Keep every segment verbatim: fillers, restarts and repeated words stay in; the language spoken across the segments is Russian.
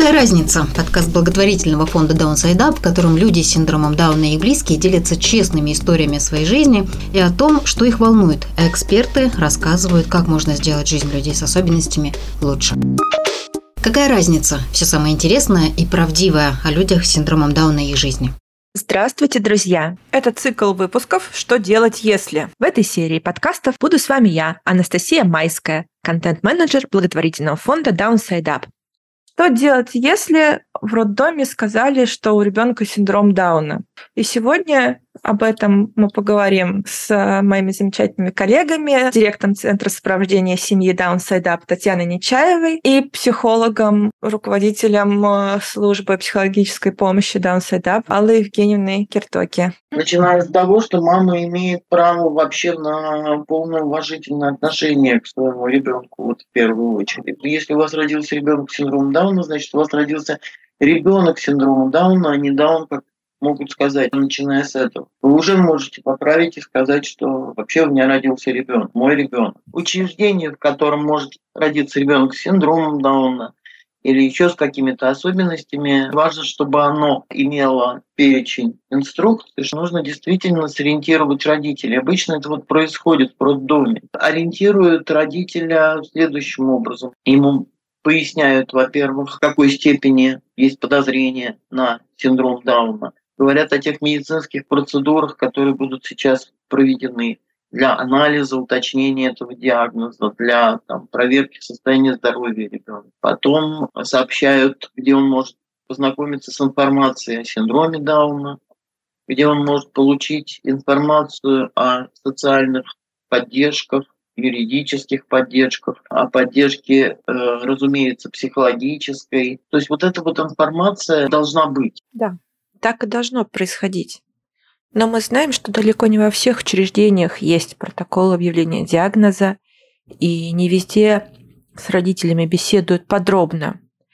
Какая разница? Подкаст благотворительного фонда Downside Up, в котором люди с синдромом Дауна и их близкие делятся честными историями о своей жизни и о том, что их волнует, а эксперты рассказывают, как можно сделать жизнь людей с особенностями лучше. Какая разница? Все самое интересное и правдивое о людях с синдромом Дауна и их жизни. Здравствуйте, друзья! Это цикл выпусков «Что делать, если?». В этой серии подкастов буду с вами я, Анастасия Майская, контент-менеджер благотворительного фонда Downside Up. Что делать, если в роддоме сказали, что у ребенка синдром Дауна? И сегодня об этом мы поговорим с моими замечательными коллегами, директором Центра сопровождения семьи Downside Up Татьяной Нечаевой и психологом, руководителем службы психологической помощи Downside Up Аллой Евгеньевной Киртоки. Начиная с того, что мама имеет право вообще на полное уважительное отношение к своему ребенку, вот в первую очередь. Если у вас родился ребенок с синдромом Дауна, значит, у вас родился ребенок с синдромом Дауна, а не Даун, как могут сказать, начиная с этого. Вы уже можете поправить и сказать, что вообще у меня родился ребенок, мой ребенок. Учреждение, в котором может родиться ребенок с синдромом Дауна или еще с какими-то особенностями, важно, чтобы оно имело перечень инструкций, что нужно действительно сориентировать родителей. Обычно это вот происходит в роддоме. Ориентируют родителя следующим образом. Ему поясняют, во-первых, в какой степени есть подозрение на синдром Дауна. Говорят о тех медицинских процедурах, которые будут сейчас проведены для анализа, уточнения этого диагноза, для там, проверки состояния здоровья ребенка. Потом сообщают, где он может познакомиться с информацией о синдроме Дауна, где он может получить информацию о социальных поддержках, юридических поддержках, о поддержке, э, разумеется, психологической. То есть вот эта вот информация должна быть. Да, так и должно происходить. Но мы знаем, что далеко не во всех учреждениях есть протокол объявления диагноза, и не везде с родителями беседуют подробно.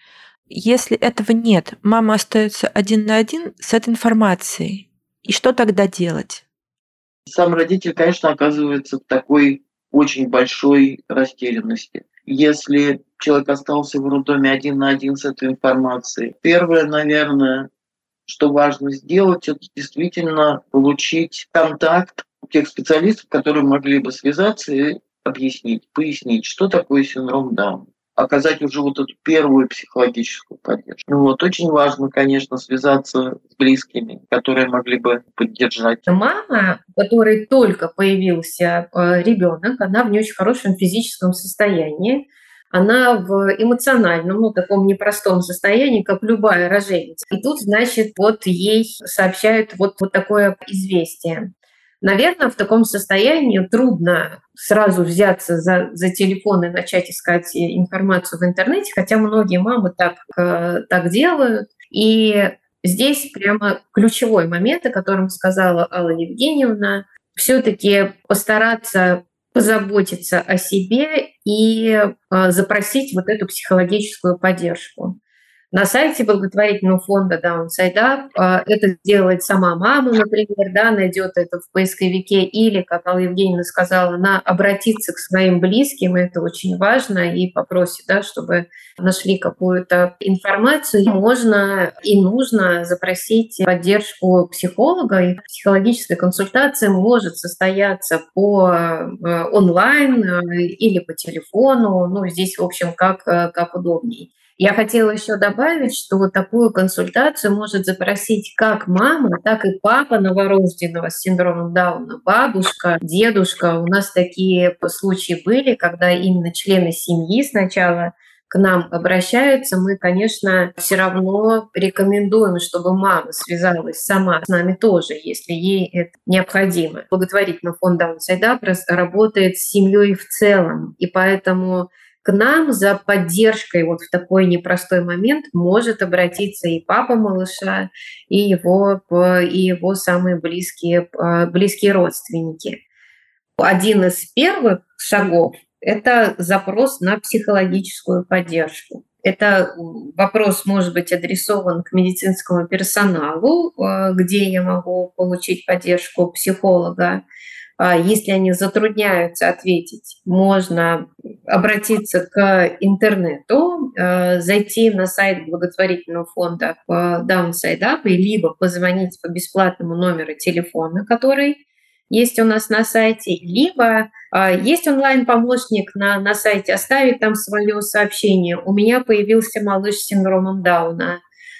Если этого нет, мама остается один на один с этой информацией. И что тогда делать? Сам родитель, конечно, оказывается в такой очень большой растерянности. Если человек остался в роддоме один на один с этой информацией, первое, наверное, что важно сделать, это действительно получить контакт тех специалистов, которые могли бы связаться и объяснить, пояснить, что такое синдром Дауна. Оказать уже вот эту первую психологическую поддержку. Ну вот, очень важно, конечно, связаться с близкими, которые могли бы поддержать. Мама, у которой только появился ребенок, она в не очень хорошем физическом состоянии, она в эмоциональном, ну, таком непростом состоянии, как любая роженица. И тут, значит, вот ей сообщают вот, вот такое известие. Наверное, в таком состоянии трудно сразу взяться за, за телефон и начать искать информацию в интернете, хотя многие мамы так, так делают. И здесь прямо ключевой момент, о котором сказала Алла Евгеньевна, все-таки постараться позаботиться о себе и запросить вот эту психологическую поддержку. На сайте благотворительного фонда Downside Up это сделает сама мама, например, да, найдет это в поисковике, или, как Алла Евгеньевна сказала, она обратится к своим близким, это очень важно, и попросит, да, чтобы нашли какую-то информацию. Можно и нужно запросить поддержку психолога, и психологическая консультация может состояться по онлайн или по телефону, ну, здесь, в общем, как, как удобнее. Я хотела еще добавить, что вот такую консультацию может запросить как мама, так и папа новорожденного с синдромом Дауна, бабушка, дедушка. У нас такие случаи были, когда именно члены семьи сначала к нам обращаются. Мы, конечно, все равно рекомендуем, чтобы мама связалась сама с нами тоже, если ей это необходимо. Благотворительный фонд Downside Up работает с семьей в целом, и поэтому к нам за поддержкой вот в такой непростой момент может обратиться и папа малыша, и его, и его самые близкие, близкие родственники. Один из первых шагов – это запрос на психологическую поддержку. Это вопрос может быть адресован к медицинскому персоналу, где я могу получить поддержку психолога. Если они затрудняются ответить, можно обратиться к интернету, зайти на сайт благотворительного фонда Down Side Up, либо позвонить по бесплатному номеру телефона, который есть у нас на сайте, либо есть онлайн-помощник на, на сайте, оставить там свое сообщение. У меня появился малыш с синдромом Дауна.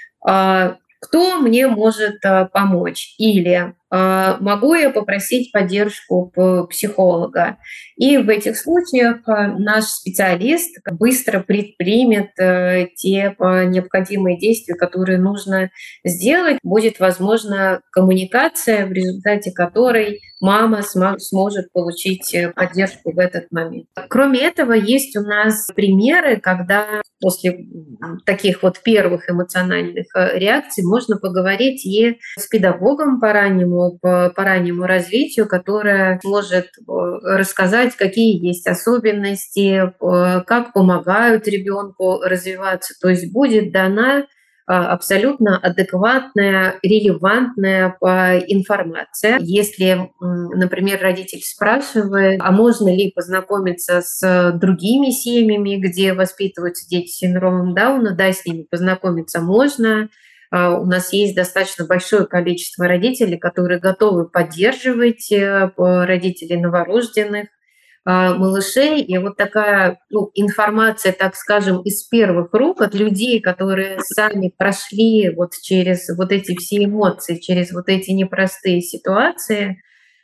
Кто мне может помочь? Или могу я попросить поддержку психолога? И в этих случаях наш специалист быстро предпримет те необходимые действия, которые нужно сделать. Будет возможна коммуникация, в результате которой мама сможет получить поддержку в этот момент. Кроме этого, есть у нас примеры, когда после таких вот первых эмоциональных реакций можно поговорить и с педагогом по раннему, по, по раннему развитию, которая может рассказать, какие есть особенности, как помогают ребенку развиваться. То есть будет дана абсолютно адекватная, релевантная информация. Если, например, родитель спрашивает, а можно ли познакомиться с другими семьями, где воспитываются дети с синдромом Дауна, да, с ними познакомиться можно. У нас есть достаточно большое количество родителей, которые готовы поддерживать родителей новорожденных малышей. И вот такая ну, информация, так скажем, из первых рук от людей, которые сами прошли вот через вот эти все эмоции, через вот эти непростые ситуации,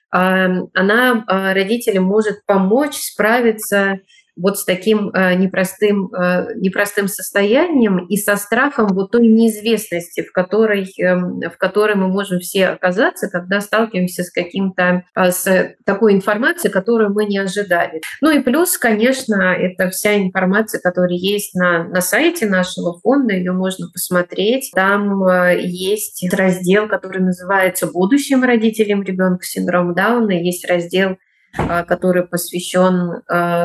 она родителям может помочь справиться вот с таким непростым, непростым состоянием и со страхом вот той неизвестности, в которой, в которой мы можем все оказаться, когда сталкиваемся с каким-то, с такой информацией, которую мы не ожидали. Ну и плюс, конечно, это вся информация, которая есть на, на сайте нашего фонда, ее можно посмотреть. Там есть раздел, который называется «Будущим родителям ребенка с синдромом Дауна», есть раздел, который посвящен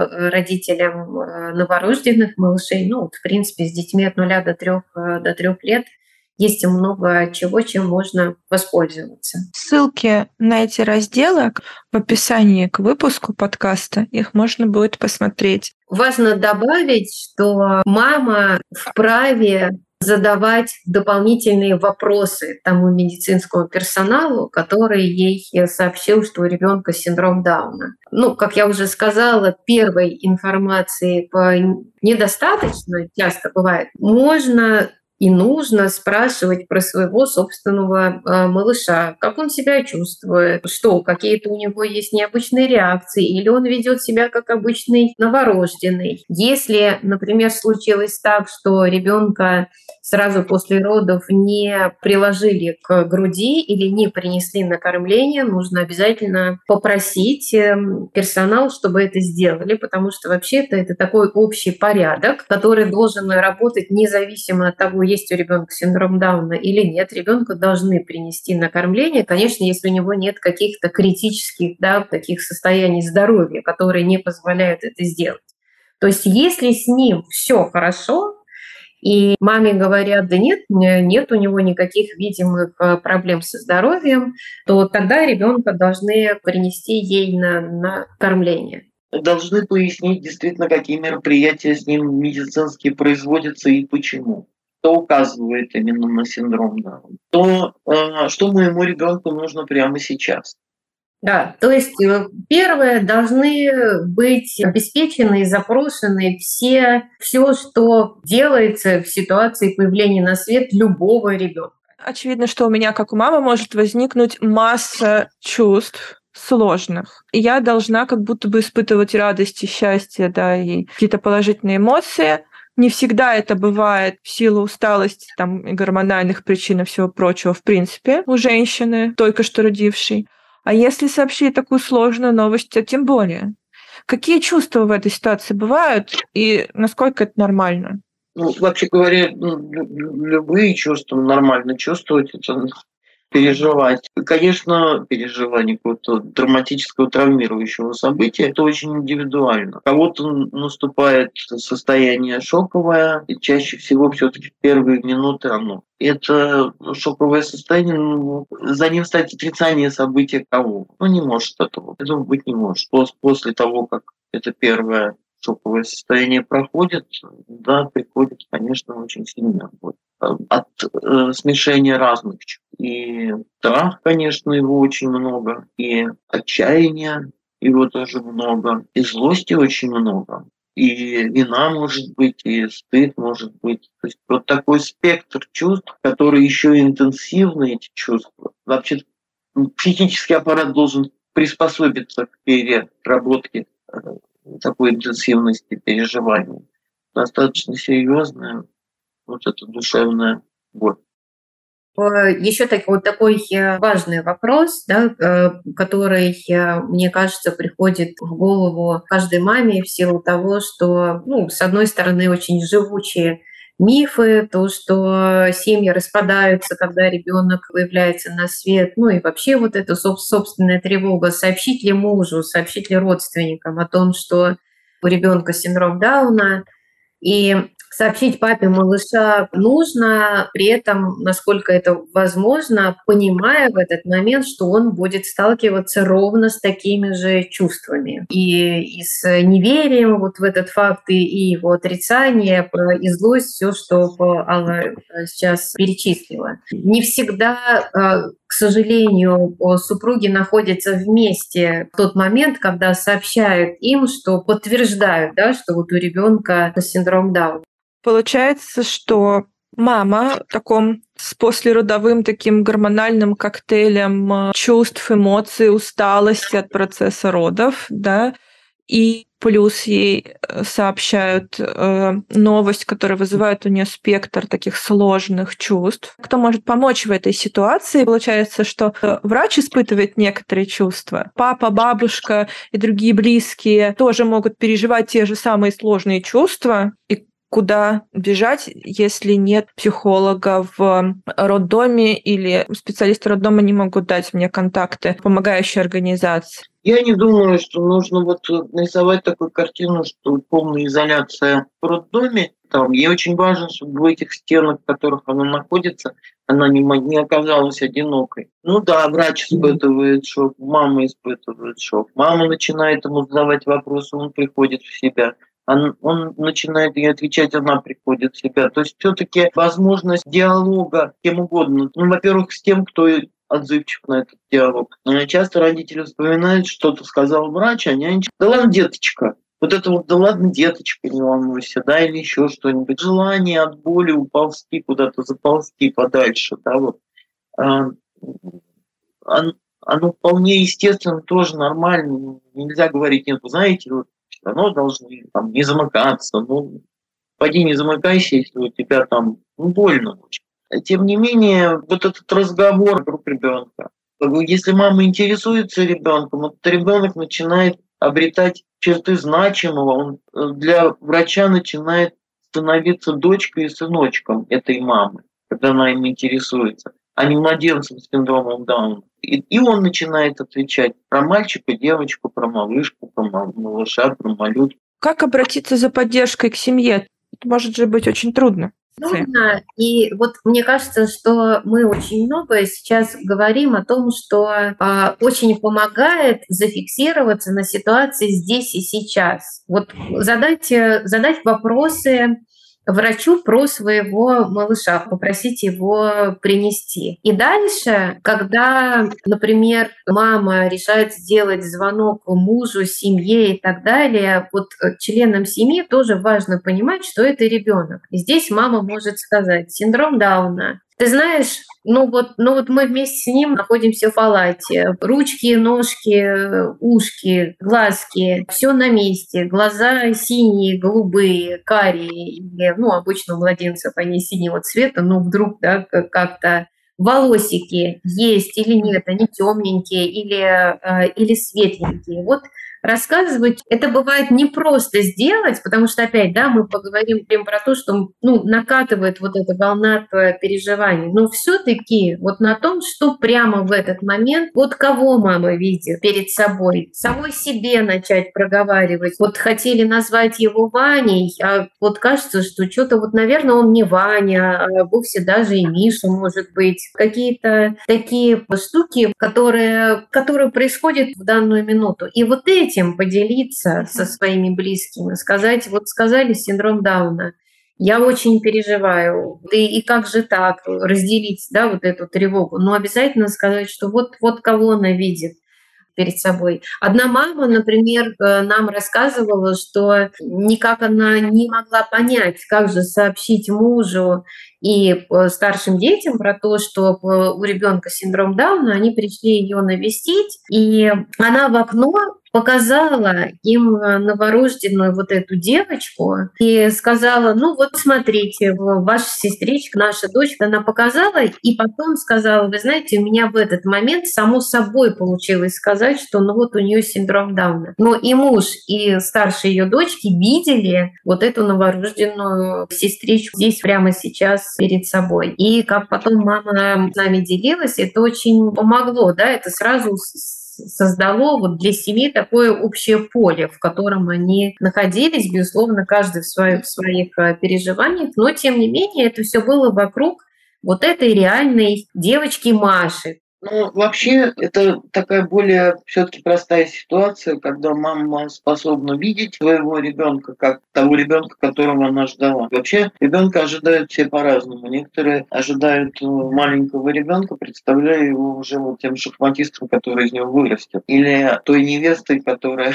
родителям новорожденных малышей. Ну, в принципе, с детьми от нуля до трех, до трех лет есть много чего, чем можно воспользоваться. Ссылки на эти разделы в описании к выпуску подкаста, их можно будет посмотреть. Важно добавить, что мама вправе задавать дополнительные вопросы тому медицинскому персоналу, который ей сообщил, что у ребенка синдром Дауна. Ну, как я уже сказала, первой информации недостаточно, часто бывает. Можно и нужно спрашивать про своего собственного э, малыша, как он себя чувствует, что какие-то у него есть необычные реакции, или он ведет себя как обычный новорожденный. Если, например, случилось так, что ребенка сразу после родов не приложили к груди или не принесли на кормление, нужно обязательно попросить персонал, чтобы это сделали, потому что вообще-то это такой общий порядок, который должен работать независимо от того, есть у ребенка синдром Дауна или нет. Ребенка должны принести на кормление, конечно, если у него нет каких-то критических, да, таких состояний здоровья, которые не позволяют это сделать. То есть если с ним все хорошо, и маме говорят, да нет, нет у него никаких видимых проблем со здоровьем, то тогда ребенка должны принести ей на, на кормление. Должны пояснить действительно, какие мероприятия с ним медицинские производятся и почему. Что указывает именно на синдром Дауна. То, что моему ребенку нужно прямо сейчас. Да, то есть первое, должны быть обеспечены и запрошены все, все, что делается в ситуации появления на свет любого ребенка. Очевидно, что у меня, как у мамы, может возникнуть масса чувств сложных. И я должна как будто бы испытывать радость и счастье, да, и какие-то положительные эмоции. Не всегда это бывает в силу усталости там, и гормональных причин и всего прочего, в принципе, у женщины, только что родившей. А если сообщить такую сложную новость, то тем более. Какие чувства в этой ситуации бывают и насколько это нормально? Ну, вообще говоря, любые чувства нормально чувствовать, это переживать. Конечно, переживание какого-то драматического травмирующего события – это очень индивидуально. У кого-то наступает состояние шоковое, и чаще всего все-таки в первые минуты оно. Это шоковое состояние, ну, за ним стоит отрицание события кого? Ну, не может этого. Этого быть не может. После того, как это первое шоковое состояние проходит, да, приходит, конечно, очень сильная боль от э, смешения разных чувств. И страх, конечно, его очень много, и отчаяния его тоже много, и злости очень много, и вина может быть, и стыд может быть. То есть вот такой спектр чувств, который еще и интенсивны, эти чувства. Вообще психический аппарат должен приспособиться к переработке э, такой интенсивности переживаний. Достаточно серьезная вот эта душевная боль. Еще так, вот такой важный вопрос, да, который, мне кажется, приходит в голову каждой маме в силу того, что, ну, с одной стороны, очень живучие мифы, то, что семьи распадаются, когда ребенок появляется на свет, ну и вообще вот эта собственная тревога, сообщить ли мужу, сообщить ли родственникам о том, что у ребенка синдром Дауна, и сообщить папе малыша нужно, при этом, насколько это возможно, понимая в этот момент, что он будет сталкиваться ровно с такими же чувствами. И, и с неверием вот в этот факт, и, и его отрицание, и злость, все, что Алла сейчас перечислила. Не всегда, к сожалению, супруги находятся вместе в тот момент, когда сообщают им, что подтверждают, да, что вот у ребенка синдром Дауна. Получается, что мама в таком с послеродовым таким гормональным коктейлем чувств, эмоций, усталости от процесса родов, да, и плюс ей сообщают э, новость, которая вызывает у нее спектр таких сложных чувств. Кто может помочь в этой ситуации? Получается, что врач испытывает некоторые чувства. Папа, бабушка и другие близкие тоже могут переживать те же самые сложные чувства. И куда бежать, если нет психолога в роддоме или специалисты роддома не могут дать мне контакты помогающей организации? Я не думаю, что нужно вот нарисовать такую картину, что полная изоляция в роддоме. Там, ей очень важно, чтобы в этих стенах, в которых она находится, она не, не оказалась одинокой. Ну да, врач испытывает шок, мама испытывает шок. Мама начинает ему задавать вопросы, он приходит в себя. Он, он начинает ей отвечать, она приходит в себя. То есть все-таки возможность диалога с кем угодно. Ну, во-первых, с тем, кто отзывчив на этот диалог. Часто родители вспоминают, что-то сказал врач, а нянечка: да ладно, деточка. Вот это вот, да ладно, деточка, не волнуйся, да, или еще что-нибудь. Желание от боли уползти куда-то, заползти подальше, да, вот. Оно вполне естественно, тоже нормально. Нельзя говорить: нет, вы знаете, вот, оно должны там не замыкаться. Ну, пойди не замыкайся, если у тебя там ну, больно очень. Тем не менее, вот этот разговор вокруг ребенка. Если мама интересуется ребенком, вот ребенок начинает обретать черты значимого, он для врача начинает становиться дочкой и сыночком этой мамы, когда она им интересуется, а не младенцем с синдромом Дауна. И, и он начинает отвечать про мальчика, девочку, про малышку, про малыша, про малютку. Как обратиться за поддержкой к семье? Это может же быть очень трудно. Трудно. И вот мне кажется, что мы очень много сейчас говорим о том, что э, очень помогает зафиксироваться на ситуации здесь и сейчас. Вот задать, задать вопросы врачу про своего малыша, попросить его принести. И дальше, когда, например, мама решает сделать звонок мужу, семье и так далее, вот членам семьи тоже важно понимать, что это ребенок. И здесь мама может сказать: синдром Дауна. Ты знаешь, ну вот, ну вот мы вместе с ним находимся в палате. Ручки, ножки, ушки, глазки, все на месте. Глаза синие, голубые, карие. Или, ну, обычно у младенцев они синего цвета, но вдруг, да, как-то волосики есть или нет, они темненькие или, или светленькие. Вот рассказывать это бывает непросто сделать, потому что, опять, да, мы поговорим про то, что ну, накатывает вот эта волна переживаний, но все-таки вот на том, что прямо в этот момент, вот кого мама видит перед собой, самой себе начать проговаривать. Вот хотели назвать его Ваней, а вот кажется, что что-то вот, наверное, он не Ваня, а вовсе даже и Миша, может быть. Какие-то такие штуки, которые, которые происходят в данную минуту. И вот эти этим поделиться со своими близкими, сказать, вот сказали синдром Дауна, я очень переживаю, и, и как же так, разделить, да, вот эту тревогу, но обязательно сказать, что вот, вот кого она видит перед собой. Одна мама, например, нам рассказывала, что никак она не могла понять, как же сообщить мужу и старшим детям про то, что у ребенка синдром Дауна, они пришли ее навестить, и она в окно показала им новорожденную вот эту девочку и сказала, ну вот смотрите, ваша сестричка, наша дочка, она показала, и потом сказала, вы знаете, у меня в этот момент само собой получилось сказать, что ну вот у нее синдром Дауна. Но и муж, и старшие ее дочки видели вот эту новорожденную сестричку здесь прямо сейчас перед собой. И как потом мама с нами делилась, это очень помогло, да, это сразу создало вот для семьи такое общее поле, в котором они находились, безусловно, каждый в своих, в своих переживаниях, но тем не менее это все было вокруг вот этой реальной девочки Маши. Ну, вообще, это такая более все-таки простая ситуация, когда мама способна видеть своего ребенка как того ребенка, которого она ждала. Вообще, ребенка ожидают все по-разному. Некоторые ожидают маленького ребенка, представляя его уже вот тем шахматистом, который из него вырастет, или той невестой, которая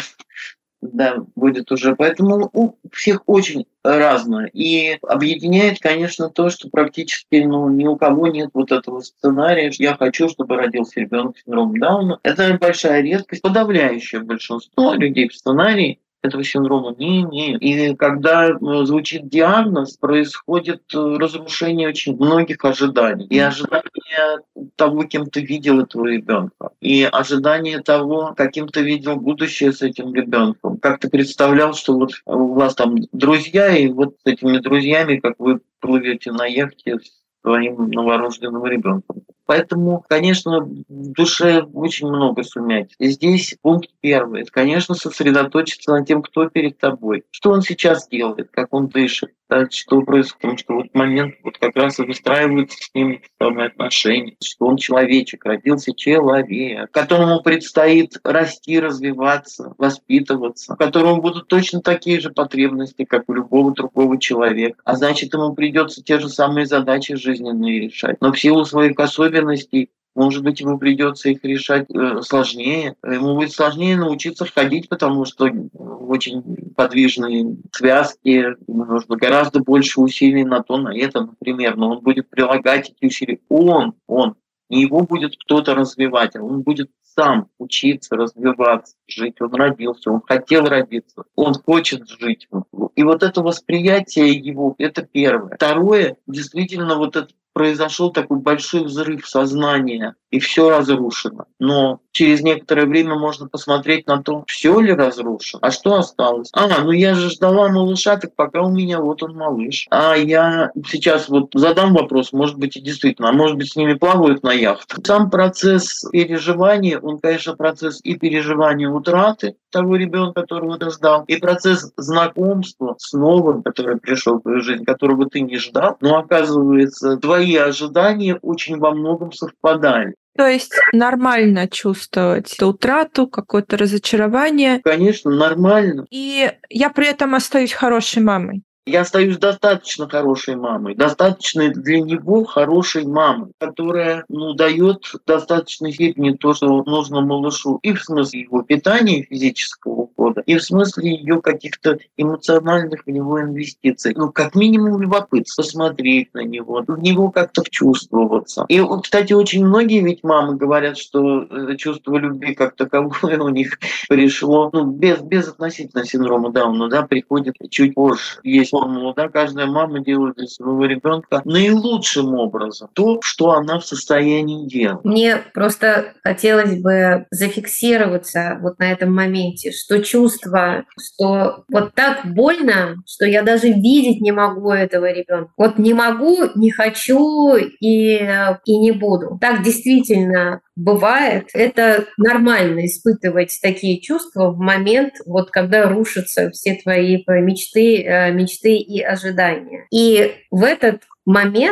да, будет уже. Поэтому у всех очень разное. И объединяет, конечно, то, что практически ну, ни у кого нет вот этого сценария. Я хочу, чтобы родился ребенок с синдромом Дауна. Это большая редкость. Подавляющее большинство людей в сценарии этого синдрома не имеют. И когда звучит диагноз, происходит разрушение очень многих ожиданий. И ожидание того, кем ты видел этого ребенка. И ожидание того, каким ты видел будущее с этим ребенком. Как ты представлял, что вот у вас там друзья, и вот с этими друзьями, как вы плывете на яхте с своим новорожденным ребенком. Поэтому, конечно, в душе очень много сумять. И здесь пункт первый. Это, конечно, сосредоточиться на тем, кто перед тобой. Что он сейчас делает, как он дышит, да, что происходит. Потому что в этот момент вот как раз и выстраиваются с ним самые отношения. Что он человечек, родился человек, которому предстоит расти, развиваться, воспитываться, у которого будут точно такие же потребности, как у любого другого человека. А значит, ему придется те же самые задачи жизненные решать. Но в силу своих особенностей, может быть, ему придется их решать э, сложнее. Ему будет сложнее научиться ходить, потому что очень подвижные связки, ему нужно гораздо больше усилий на то, на это, например. Но он будет прилагать эти усилия. Он, он. Не его будет кто-то развивать, а он будет сам учиться, развиваться, жить. Он родился, он хотел родиться, он хочет жить. И вот это восприятие его, это первое. Второе, действительно, вот это произошел такой большой взрыв сознания, и все разрушено. Но через некоторое время можно посмотреть на то, все ли разрушено, а что осталось. А, ну я же ждала малыша, так пока у меня вот он малыш. А я сейчас вот задам вопрос, может быть и действительно, а может быть с ними плавают на яхтах. Сам процесс переживания, он, конечно, процесс и переживания утраты того ребенка, которого ты ждал, и процесс знакомства с новым, который пришел в твою жизнь, которого ты не ждал, но оказывается, твои ожидания очень во многом совпадали. То есть нормально чувствовать эту утрату, какое-то разочарование. Конечно, нормально. И я при этом остаюсь хорошей мамой. Я остаюсь достаточно хорошей мамой, достаточно для него хорошей мамой, которая ну, дает в достаточной степени то, что нужно малышу, и в смысле его питания физического ухода, и в смысле ее каких-то эмоциональных в него инвестиций. Ну, как минимум любопытство, посмотреть на него, в него как-то вчувствоваться. И, кстати, очень многие ведь мамы говорят, что чувство любви как таковое у них пришло, ну, без, без относительно синдрома Дауна, да, приходит чуть позже. Есть формулу, да, каждая мама делает для своего ребенка наилучшим образом то, что она в состоянии делать. Мне просто хотелось бы зафиксироваться вот на этом моменте, что чувство, что вот так больно, что я даже видеть не могу этого ребенка. Вот не могу, не хочу и, и не буду. Так действительно бывает. Это нормально испытывать такие чувства в момент, вот когда рушатся все твои мечты, мечты и ожидания. И в этот момент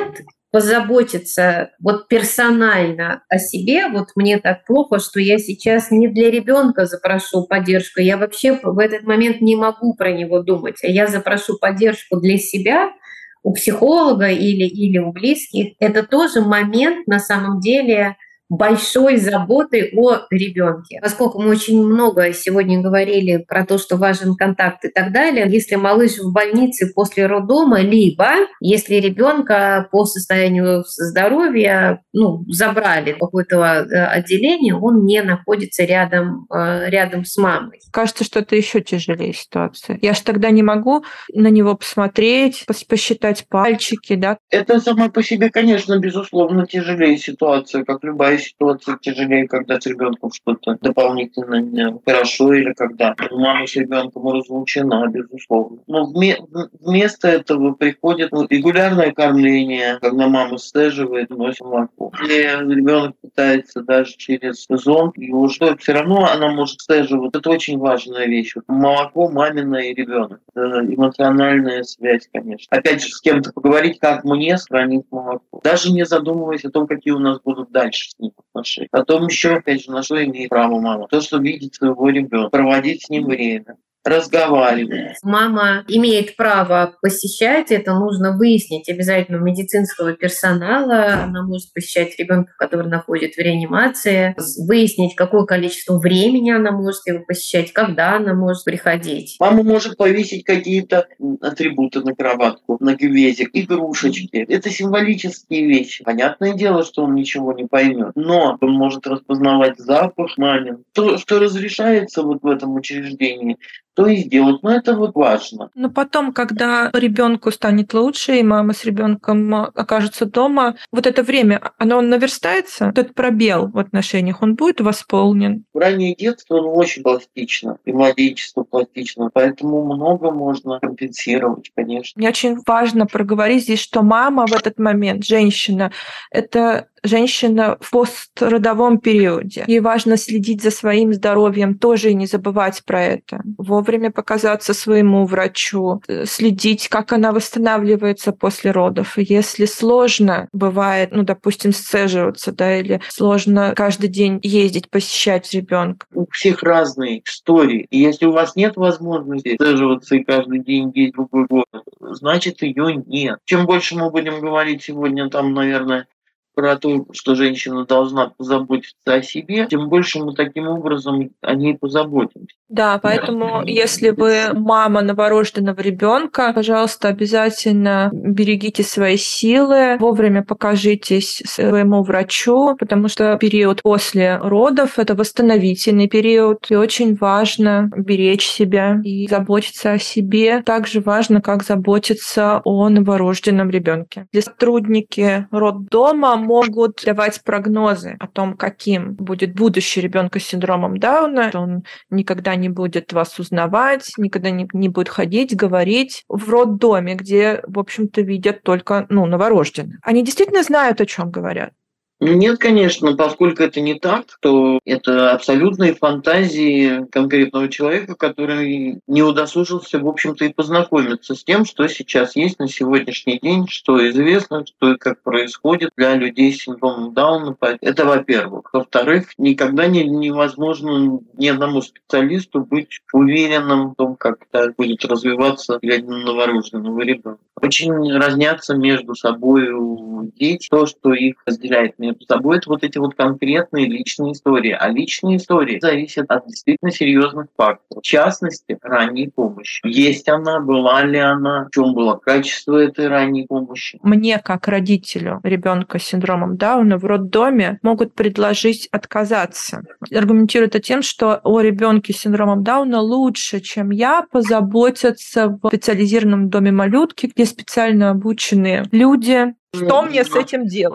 позаботиться вот персонально о себе, вот мне так плохо, что я сейчас не для ребенка запрошу поддержку, я вообще в этот момент не могу про него думать, а я запрошу поддержку для себя у психолога или, или у близких, это тоже момент на самом деле большой заботы о ребенке. Поскольку мы очень много сегодня говорили про то, что важен контакт и так далее, если малыш в больнице после роддома, либо если ребенка по состоянию здоровья ну, забрали в какое-то отделение, он не находится рядом, рядом с мамой. Кажется, что это еще тяжелее ситуация. Я же тогда не могу на него посмотреть, посчитать пальчики, да? Это сама по себе, конечно, безусловно, тяжелее ситуация, как любая ситуация тяжелее, когда с ребенком что-то дополнительно не хорошо или когда мама с ребенком разлучена, безусловно. Но вместо этого приходит регулярное кормление, когда мама сцеживает, носит молоко. Или ребенок питается даже через зонд, и уже все равно она может сцеживать. Это очень важная вещь. Молоко, мамина и ребенок. Это эмоциональная связь, конечно. Опять же, с кем-то поговорить, как мне сохранить молоко. Даже не задумываясь о том, какие у нас будут дальше с ним отношения. Потом еще, опять же, на что имеет право мама? То, что видеть своего ребенка, проводить с ним время, разговаривать. Мама имеет право посещать, это нужно выяснить обязательно у медицинского персонала. Она может посещать ребенка, который находится в реанимации, выяснить, какое количество времени она может его посещать, когда она может приходить. Мама может повесить какие-то атрибуты на кроватку, на гвездик, игрушечки. Это символические вещи. Понятное дело, что он ничего не поймет, но он может распознавать запах мамин. То, что разрешается вот в этом учреждении, то и сделать. Но это вот важно. Но потом, когда ребенку станет лучше, и мама с ребенком окажется дома, вот это время, оно наверстается, вот этот пробел в отношениях, он будет восполнен. Раннее детство, оно очень пластично, и младенчество пластично, поэтому много можно компенсировать, конечно. Мне очень важно проговорить здесь, что мама в этот момент, женщина, это женщина в постродовом периоде. Ей важно следить за своим здоровьем тоже и не забывать про это. Вовремя показаться своему врачу, следить, как она восстанавливается после родов. И если сложно, бывает, ну, допустим, сцеживаться, да, или сложно каждый день ездить, посещать ребенка. У всех разные истории. И если у вас нет возможности сцеживаться и каждый день ездить в другой город, значит, ее нет. Чем больше мы будем говорить сегодня, там, наверное, про то, что женщина должна позаботиться о себе, тем больше мы таким образом о ней позаботимся. Да, поэтому если вы мама новорожденного ребенка, пожалуйста, обязательно берегите свои силы, вовремя покажитесь своему врачу, потому что период после родов – это восстановительный период, и очень важно беречь себя и заботиться о себе. Также важно, как заботиться о новорожденном ребенке. Сотрудники роддома могут давать прогнозы о том, каким будет будущее ребенка с синдромом Дауна, что он никогда не будет вас узнавать, никогда не, не будет ходить, говорить в роддоме, где, в общем-то, видят только ну, новорожденных. Они действительно знают, о чем говорят. Нет, конечно, поскольку это не так, то это абсолютные фантазии конкретного человека, который не удосужился, в общем-то, и познакомиться с тем, что сейчас есть на сегодняшний день, что известно, что и как происходит для людей с синдромом Дауна. Это, во-первых. Во-вторых, никогда не, невозможно ни одному специалисту быть уверенным в том, как это будет развиваться для новорожденного ребенка. Очень разнятся между собой дети, то, что их разделяет между собой, это вот эти вот конкретные личные истории. А личные истории зависят от действительно серьезных факторов. В частности, ранней помощи. Есть она, была ли она, в чем было качество этой ранней помощи. Мне, как родителю ребенка с синдромом Дауна, в роддоме могут предложить отказаться. Аргументируют это тем, что о ребенке с синдромом Дауна лучше, чем я, позаботятся в специализированном доме малютки, где специально обученные люди. Что мне с этим делать?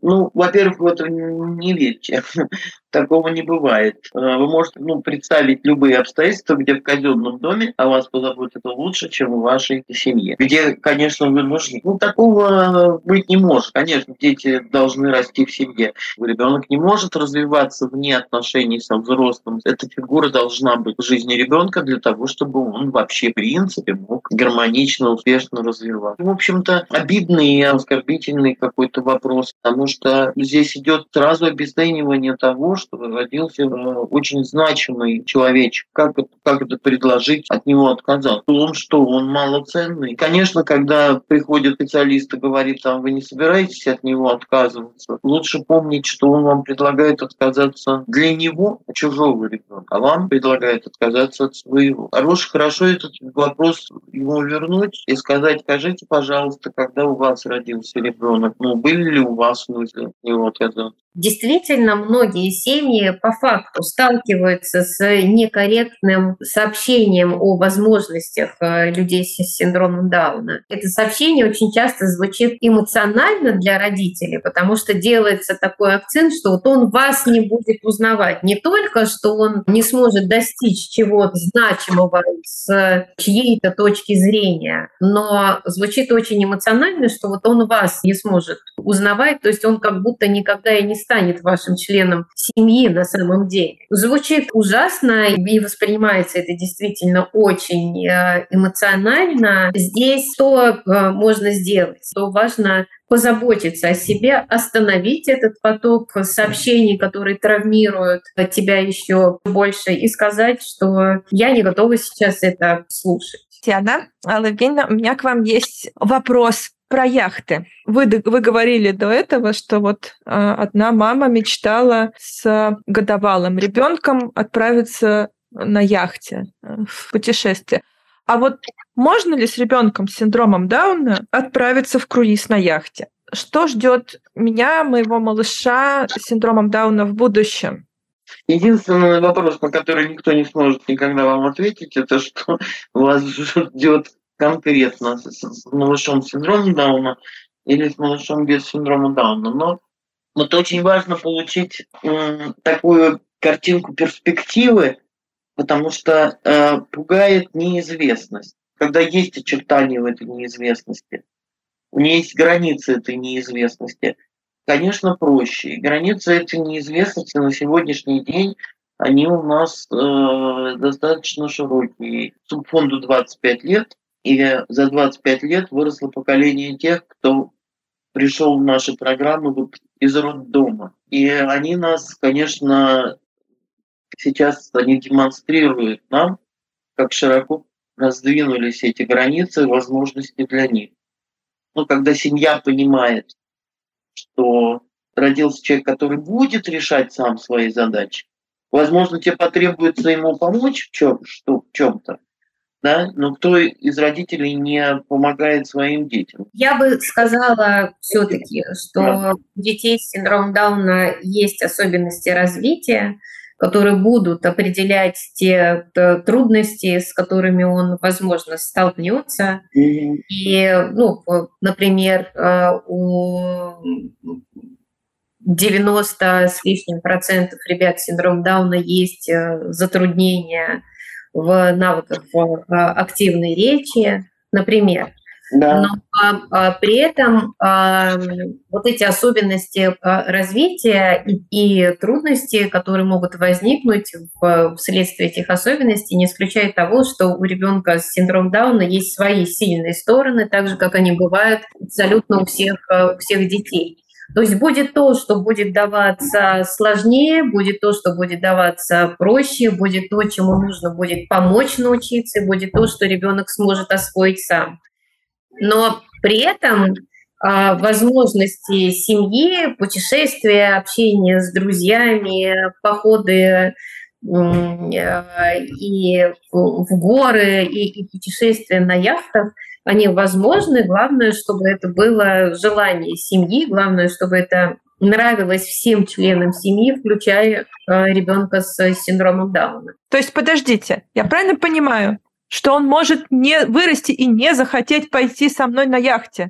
Ну, во-первых, в это не верьте. Такого не бывает. Вы можете ну, представить любые обстоятельства, где в казенном доме о вас позаботятся лучше, чем в вашей семье. Где, конечно, вы нужны. Ну, такого быть не может. Конечно, дети должны расти в семье. Ребенок не может развиваться вне отношений со взрослым. Эта фигура должна быть в жизни ребенка для того, чтобы он вообще, в принципе, мог гармонично, успешно развиваться. В общем-то, обидный и оскорбительный какой-то вопрос, потому что здесь идет сразу обесценивание того, что родился очень значимый человечек. Как это, как это предложить от него отказаться? Он что, он малоценный? Конечно, когда приходит специалист и говорит, там, вы не собираетесь от него отказываться, лучше помнить, что он вам предлагает отказаться для него, чужого ребенка, а вам предлагает отказаться от своего. Хорошо, хорошо этот вопрос ему вернуть и сказать, скажите, пожалуйста, когда у вас родился ребенок, ну, были ли у вас мысли от него отказаться? Действительно, многие семьи по факту сталкиваются с некорректным сообщением о возможностях людей с синдромом Дауна. Это сообщение очень часто звучит эмоционально для родителей, потому что делается такой акцент, что вот он вас не будет узнавать. Не только, что он не сможет достичь чего-то значимого с чьей-то точки зрения, но звучит очень эмоционально, что вот он вас не сможет узнавать, то есть он как будто никогда и не станет вашим членом семьи на самом деле. Звучит ужасно и воспринимается это действительно очень эмоционально. Здесь что можно сделать? Что важно позаботиться о себе, остановить этот поток сообщений, которые травмируют тебя еще больше, и сказать, что я не готова сейчас это слушать. Татьяна Левгеньевна, у меня к вам есть вопрос про яхты. Вы, вы говорили до этого, что вот э, одна мама мечтала с годовалым ребенком отправиться на яхте э, в путешествие. А вот можно ли с ребенком с синдромом Дауна отправиться в круиз на яхте? Что ждет меня, моего малыша с синдромом Дауна в будущем? Единственный вопрос, на который никто не сможет никогда вам ответить, это что вас ждет конкретно с малышом с синдромом Дауна или с малышом без синдрома Дауна. Но вот очень важно получить м, такую картинку перспективы, потому что э, пугает неизвестность. Когда есть очертания в этой неизвестности, у нее есть границы этой неизвестности, конечно, проще. И границы этой неизвестности на сегодняшний день, они у нас э, достаточно широкие. Субфонду двадцать пять лет, и за двадцать пять лет выросло поколение тех, кто пришел в наши программы вот из роддома. И они нас, конечно, сейчас они демонстрируют нам, как широко раздвинулись эти границы и возможности для них. Ну, когда семья понимает, что родился человек, который будет решать сам свои задачи, возможно, тебе потребуется ему помочь в чем, что, в чем-то, да? Но кто из родителей не помогает своим детям? Я бы сказала все-таки, что у детей с синдромом Дауна есть особенности развития, которые будут определять те трудности, с которыми он, возможно, столкнется. Mm-hmm. И, ну, например, у девяноста с лишним процентов ребят с синдромом Дауна есть затруднения в навыках активной речи, например. Да. Но а, а, при этом а, вот эти особенности а, развития и, и трудности, которые могут возникнуть в, вследствие этих особенностей, не исключают того, что у ребенка с синдромом Дауна есть свои сильные стороны, так же, как они бывают абсолютно у всех, у всех детей. То есть будет то, что будет даваться сложнее, будет то, что будет даваться проще, будет то, чему нужно будет помочь научиться, и будет то, что ребенок сможет освоить сам. Но при этом а, возможности семьи, путешествия, общение с друзьями, походы э, и в, в горы, и, и путешествия на яхтах, они возможны. Главное, чтобы это было желание семьи, главное, чтобы это нравилось всем членам семьи, включая э, ребенка с синдромом Дауна. То есть, подождите, я правильно понимаю, что он может не вырасти и не захотеть пойти со мной на яхте?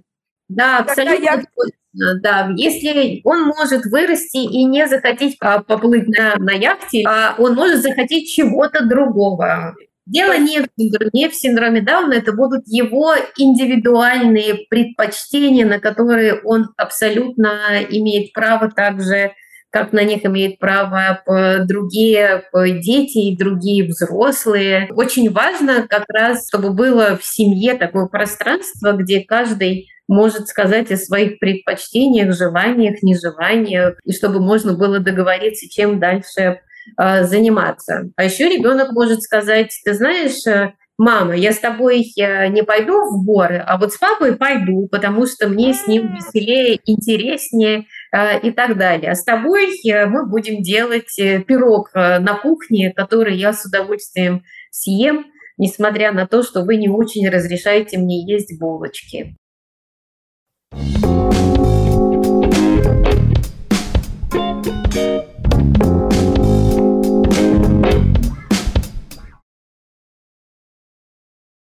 Да, абсолютно я... точно. Да. Если он может вырасти и не захотеть а, поплыть на, на яхте, а он может захотеть чего-то другого. Дело не в, синдроме, не в синдроме Дауна, это будут его индивидуальные предпочтения, на которые он абсолютно имеет право также, как на них имеют право другие дети и другие взрослые. Очень важно как раз, чтобы было в семье такое пространство, где каждый может сказать о своих предпочтениях, желаниях, нежеланиях, и чтобы можно было договориться, чем дальше э, заниматься. А еще ребенок может сказать: ты знаешь, мама, я с тобой не пойду в горы, а вот с папой пойду, потому что мне с ним веселее, интереснее э, и так далее. А с тобой мы будем делать пирог на кухне, который я с удовольствием съем, несмотря на то, что вы не очень разрешаете мне есть булочки.